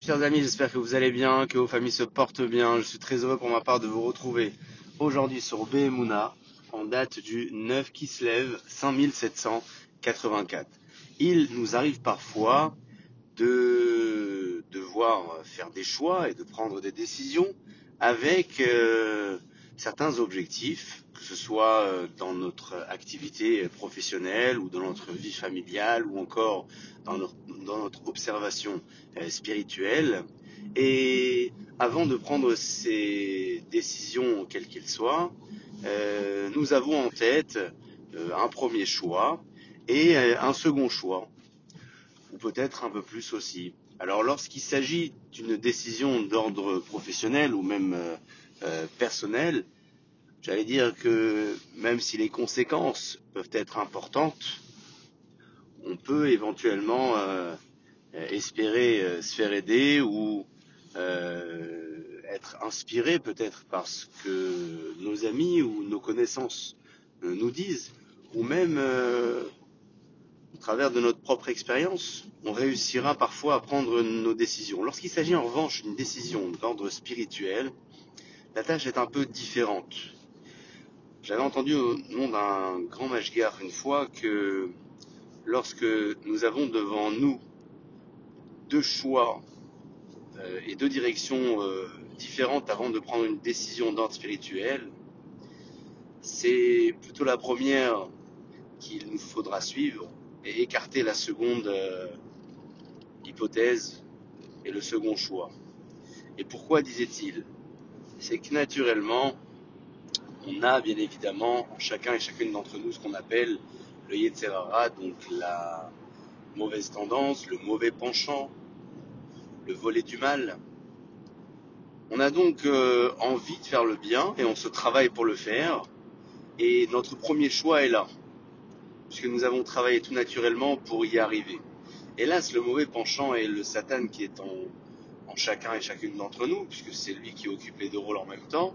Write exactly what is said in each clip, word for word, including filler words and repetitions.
Chers amis, j'espère que vous allez bien, que vos familles se portent bien. Je suis très heureux pour ma part de vous retrouver aujourd'hui sur Behemouna, en date du neuf Kislev cinq mille sept cent quatre-vingt-quatre. Il nous arrive parfois de devoir faire des choix et de prendre des décisions avec euh, certains objectifs, que ce soit euh, dans notre activité professionnelle ou dans notre vie familiale ou encore dans notre, dans notre observation euh, spirituelle. Et avant de prendre ces décisions, quelles qu'elles soient, euh, nous avons en tête euh, un premier choix et euh, un second choix, ou peut-être un peu plus aussi. Alors lorsqu'il s'agit d'une décision d'ordre professionnel ou même euh, euh, personnel, j'allais dire que même si les conséquences peuvent être importantes, on peut éventuellement euh, espérer euh, se faire aider ou euh, être inspiré peut-être par ce que nos amis ou nos connaissances euh, nous disent, ou même euh, au travers de notre propre expérience, on réussira parfois à prendre nos décisions. Lorsqu'il s'agit en revanche d'une décision d'ordre spirituel, la tâche est un peu différente. J'avais entendu au nom d'un grand mashgiach une fois que lorsque nous avons devant nous deux choix euh, et deux directions euh, différentes avant de prendre une décision d'ordre spirituel, c'est plutôt la première qu'il nous faudra suivre et écarter la seconde euh, hypothèse et le second choix. Et pourquoi disait-il? C'est que naturellement, on a bien évidemment, chacun et chacune d'entre nous, ce qu'on appelle le Yetzer Hara, donc la mauvaise tendance, le mauvais penchant, le volet du mal. On a donc euh, envie de faire le bien et on se travaille pour le faire. Et notre premier choix est là, puisque nous avons travaillé tout naturellement pour y arriver. Hélas, le mauvais penchant est le Satan qui est en, en chacun et chacune d'entre nous, puisque c'est lui qui occupe les deux rôles en même temps,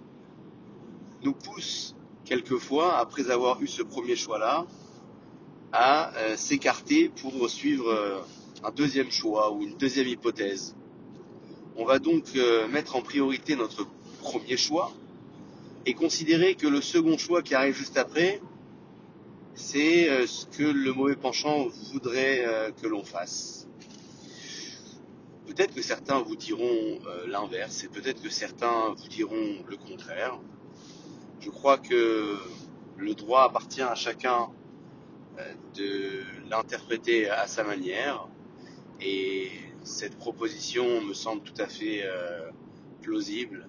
nous pousse quelquefois, après avoir eu ce premier choix-là, à euh, s'écarter pour suivre euh, un deuxième choix ou une deuxième hypothèse. On va donc euh, mettre en priorité notre premier choix et considérer que le second choix qui arrive juste après, c'est euh, ce que le mauvais penchant voudrait euh, que l'on fasse. Peut-être que certains vous diront euh, l'inverse et peut-être que certains vous diront le contraire. Je crois que le droit appartient à chacun euh, de l'interpréter à sa manière et cette proposition me semble tout à fait euh, plausible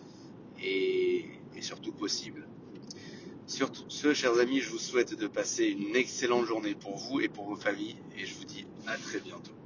et, et surtout possible. Sur ce, chers amis, je vous souhaite de passer une excellente journée pour vous et pour vos familles et je vous dis à très bientôt.